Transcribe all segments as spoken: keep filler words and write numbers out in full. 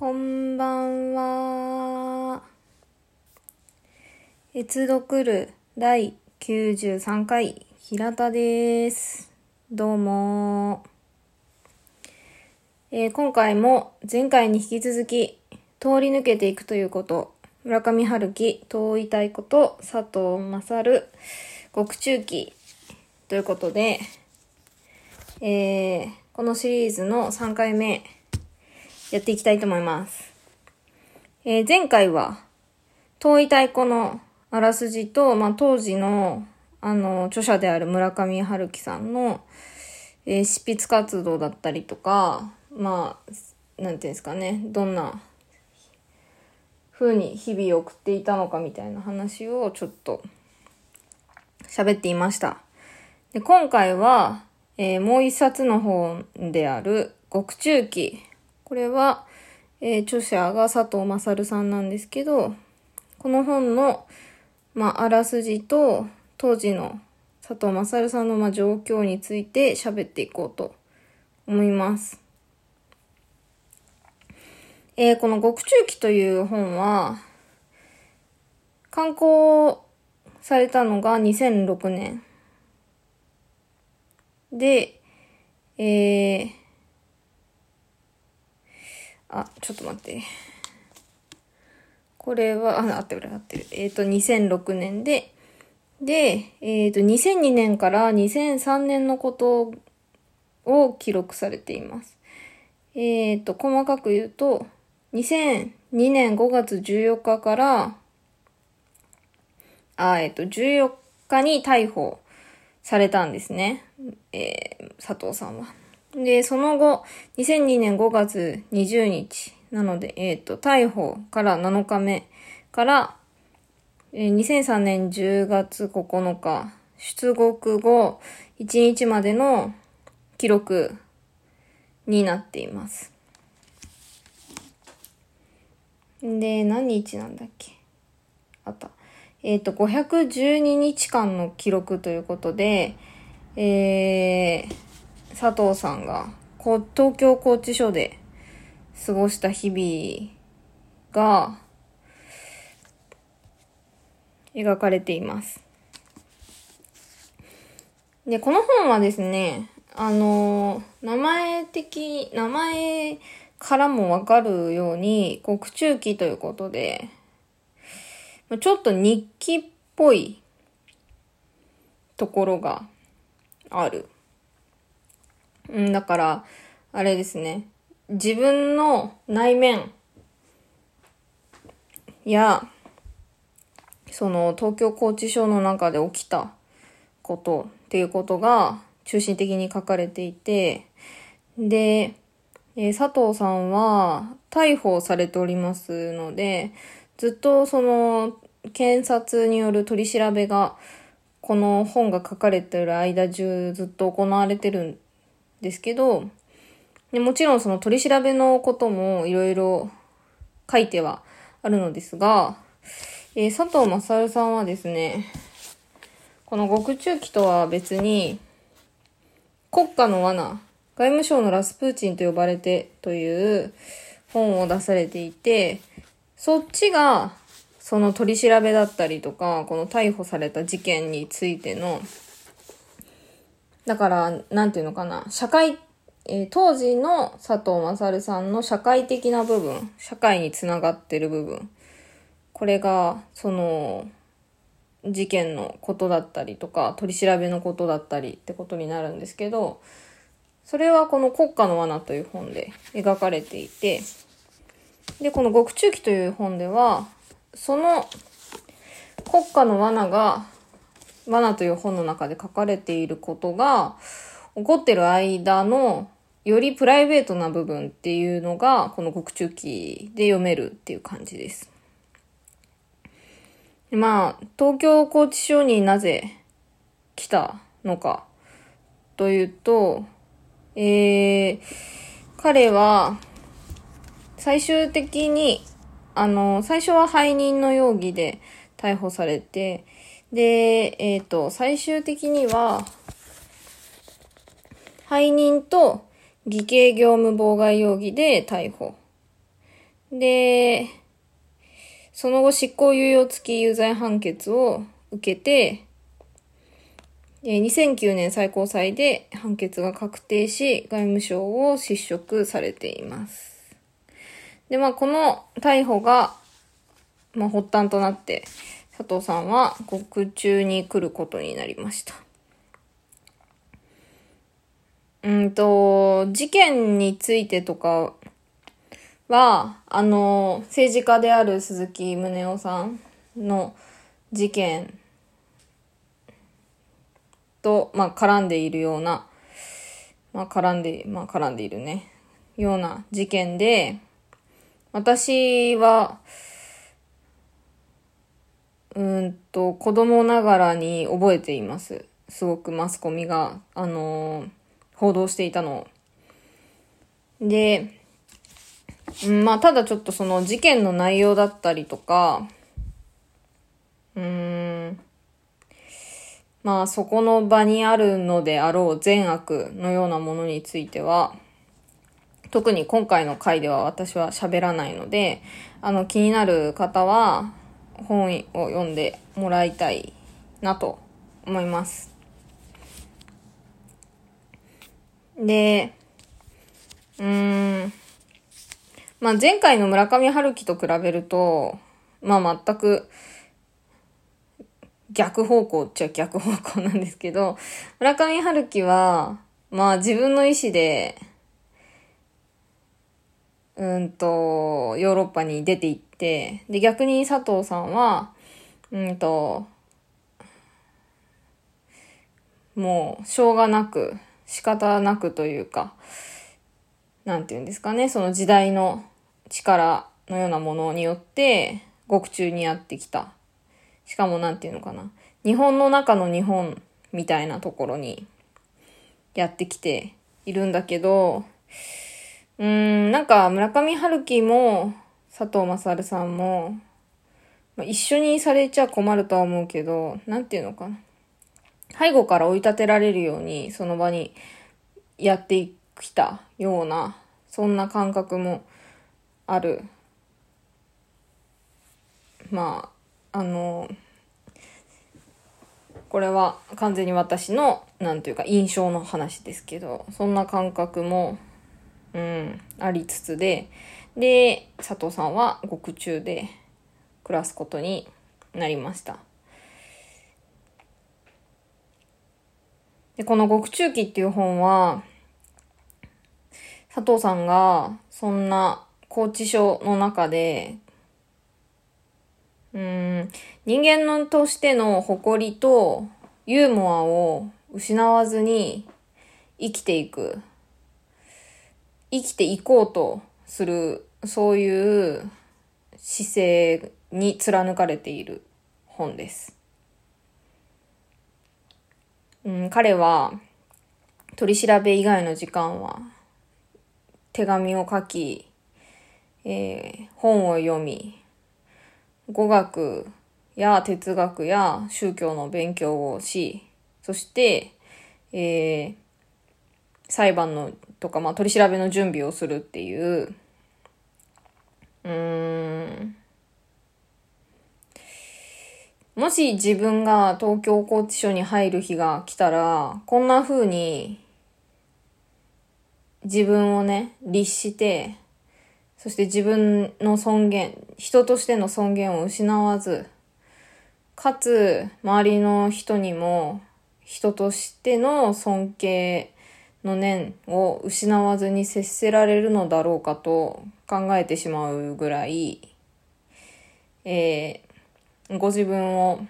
こんばんは。閲読るだいきゅうじゅうさんかい、平田です。どうも、えー、今回も前回に引き続き通り抜けていくということ、村上春樹、問いたいこと、佐藤勝、獄中記ということで、えー、このシリーズのさんかいめやっていきたいと思います。えー、前回は問いたい子のあらすじと、まあ、当時のあの著者である村上春樹さんの、えー、執筆活動だったりとか、まあなんていうんですかね、どんな風に日々を送っていたのかみたいな話をちょっと喋っていました。で、今回は、えー、もう一冊の本である獄中記。これは、えー、著者が佐藤勝さんなんですけど、この本の、まあ、あらすじと当時の佐藤勝さんの、まあ、状況について喋っていこうと思います。えー、この獄中記という本は、刊行されたのがにせんろくねん。で、えー、あ、ちょっと待って。これは、あ、合ってる合ってる。えっと、にせんろくねんで、で、えっと、にせんにねんからにせんさんねんのことを記録されています。えっと、細かく言うと、にせんにねんごがつじゅうよっかから、あ、えっと、じゅうよっかに逮捕されたんですね。えー、佐藤さんは。で、その後、にせんにねんごがつにじゅうにち、なので、えっと、逮捕からなのかめから、えー、にせんさんねんじゅうがつここのか、出獄後いちにちまでの記録になっています。で、何日なんだっけあった。えっと、ごひゃくじゅうににちかんの記録ということで、えー、佐藤さんが東京拘置所で過ごした日々が描かれています。で、この本はですね、あの、名前的、名前からもわかるように、獄中記ということで、ちょっと日記っぽいところがある。うん、だから、あれですね、自分の内面や、その東京拘置所の中で起きたことっていうことが中心的に書かれていて、で、えー、佐藤さんは逮捕されておりますので、ずっとその検察による取り調べがこの本が書かれている間中ずっと行われてるんですけど、でもちろんその取り調べのこともいろいろ書いてはあるのですが、えー、佐藤勝さんはですね、この獄中記とは別に国家の罠、外務省のラスプーチンと呼ばれてという本を出されていて、そっちがその取り調べだったりとか、この逮捕された事件についての、だからなんていうのかな、社会、えー、当時の佐藤勝さんの社会的な部分、社会につながってる部分、これがその事件のことだったりとか取り調べのことだったりってことになるんですけど、それはこの国家の罠という本で描かれていて、でこの獄中記という本ではその国家の罠が罠という本の中で書かれていることが起こってる間のよりプライベートな部分っていうのがこの獄中記で読めるっていう感じです。まあ、東京拘置所になぜ来たのかというと、えー、彼は最終的に、あの、最初は背任の容疑で逮捕されて、で、えっと、最終的には、背任と偽計業務妨害容疑で逮捕。 で、その後執行猶予付き有罪判決を受けて、にせんきゅうねん最高裁で判決が確定し、外務省を失職されています。で、まあこの逮捕が、まあ発端となって、佐藤さんは獄中に来ることになりました。うんと、事件についてとかは、あの、政治家である鈴木宗男さんの事件と、まあ、絡んでいるような、まあ、絡んで、まあ、絡んでいるね、ような事件で、私は、うんと、子供ながらに覚えています。すごくマスコミが、あのー、報道していたのを。で、うん、まあ、ただちょっとその事件の内容だったりとか、うーん、まあそこの場にあるのであろう善悪のようなものについては、特に今回の回では私は喋らないので、あの気になる方は本を読んでもらいたいなと思います。で、うーん、まあ前回の村上春樹と比べると、まあ全く逆方向っちゃ逆方向なんですけど、村上春樹は、まあ自分の意思で、うんと、ヨーロッパに出て行って、で、逆に佐藤さんは、うんと、もう、しょうがなく、仕方なくというか、なんていうんですかね、その時代の力のようなものによって、獄中にやってきた。しかもなんていうのかな。日本の中の日本みたいなところにやってきているんだけど、うーん、なんか村上春樹も佐藤勝さんも、まあ、一緒にされちゃ困るとは思うけど、なんていうのかな。背後から追い立てられるようにその場にやってきたような、そんな感覚もある。まあ、あの、これは完全に私の、なんていうか印象の話ですけど、そんな感覚も、うん、ありつつで、で、佐藤さんは獄中で暮らすことになりました。で、この獄中記っていう本は、佐藤さんがそんな拘置所の中で、うーん、人間のとしての誇りとユーモアを失わずに生きていく、生きていこうとする、そういう姿勢に貫かれている本です。うん、彼は取り調べ以外の時間は手紙を書き、えー、本を読み、語学や哲学や宗教の勉強をし、そして、えー、裁判のとか、まあ、取り調べの準備をするっていう、うーん、もし自分が東京拘置所に入る日が来たら、こんな風に自分をね、律して、そして自分の尊厳、人としての尊厳を失わず、かつ周りの人にも人としての尊敬の念を失わずに接せられるのだろうかと考えてしまうぐらい、えー、ご自分を、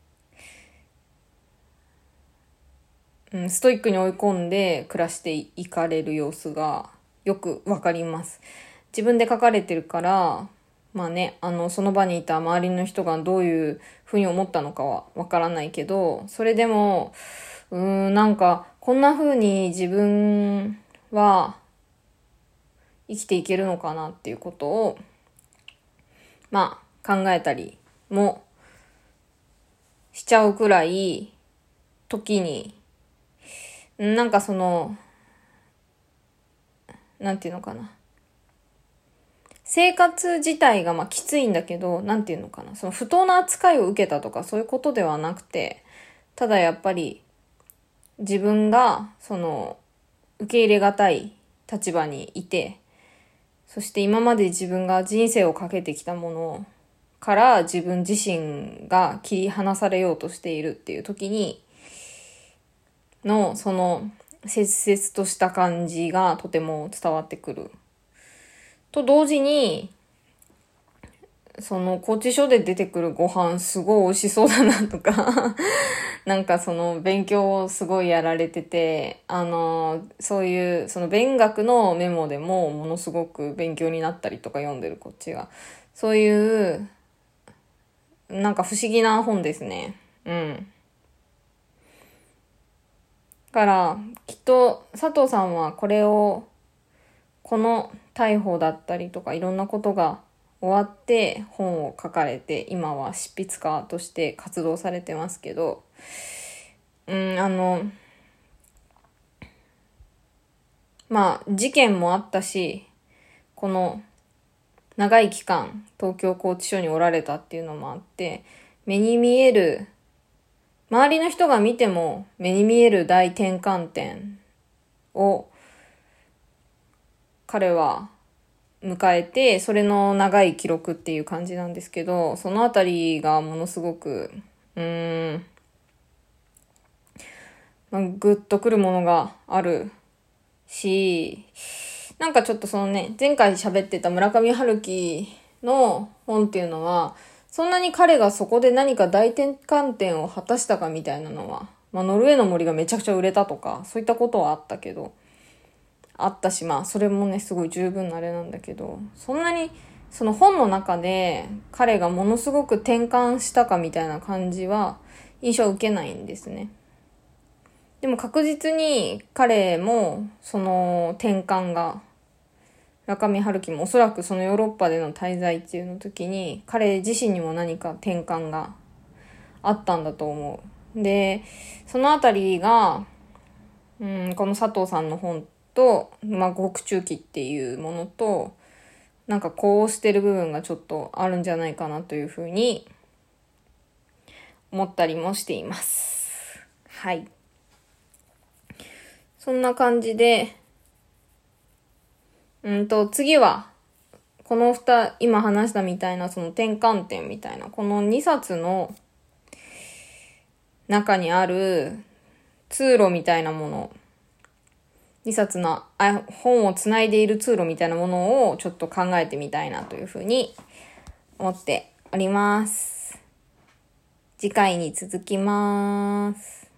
うん、ストイックに追い込んで暮らしていかれる様子がよくわかります。自分で書かれてるから、まあね、あの、その場にいた周りの人がどういうふうに思ったのかはわからないけど、それでも、うーん、なんか、こんな風に自分は生きていけるのかなっていうことを、まあ、考えたりもしちゃうくらい、時に、なんかその、なんていうのかな。 生活自体がまあきついんだけど、なんていうのかな、その不当な扱いを受けたとかそういうことではなくて、ただやっぱり自分がその受け入れがたい立場にいて、そして今まで自分が人生をかけてきたものから自分自身が切り離されようとしているっていう時にのその切々とした感じがとても伝わってくる。と同時に、その拘置所で出てくるご飯すごい美味しそうだなとかなんかその勉強をすごいやられてて、あのそういうその勉学のメモでもものすごく勉強になったりとか読んでるこっちが、そういうなんか不思議な本ですね。うんだからきっと佐藤さんはこれをこの逮捕だったりとかいろんなことが終わって本を書かれて、今は執筆家として活動されてますけど、うんあのまあ事件もあったし、この長い期間東京拘置所におられたっていうのもあって、目に見える、周りの人が見ても目に見える大転換点を彼は迎えて、それの長い記録っていう感じなんですけど、そのあたりがものすごくうーん、まあ、グッとくるものがあるし、なんかちょっとそのね、前回喋ってた村上春樹の本っていうのは、そんなに彼がそこで何か大転換点を果たしたかみたいなのは、まあ、ノルウェーの森がめちゃくちゃ売れたとか、そういったことはあったけど、あったし、まあ、それもね、すごい十分なあれなんだけど、そんなに、その本の中で彼がものすごく転換したかみたいな感じは、印象を受けないんですね。でも確実に彼も、その転換が、村上春樹もおそらくそのヨーロッパでの滞在っていうの時に、彼自身にも何か転換があったんだと思う。で、そのあたりが、うん、この佐藤さんの本と、まあ、獄中記っていうものと、なんかこうしてる部分がちょっとあるんじゃないかなというふうに思ったりもしています。はい。そんな感じで、うんと、次は、この二、今話したみたいなその転換点みたいな、このにさつの中にある通路みたいなもの、にさつのあ本をつないでいる通路みたいなものをちょっと考えてみたいなというふうに思っております。次回に続きます。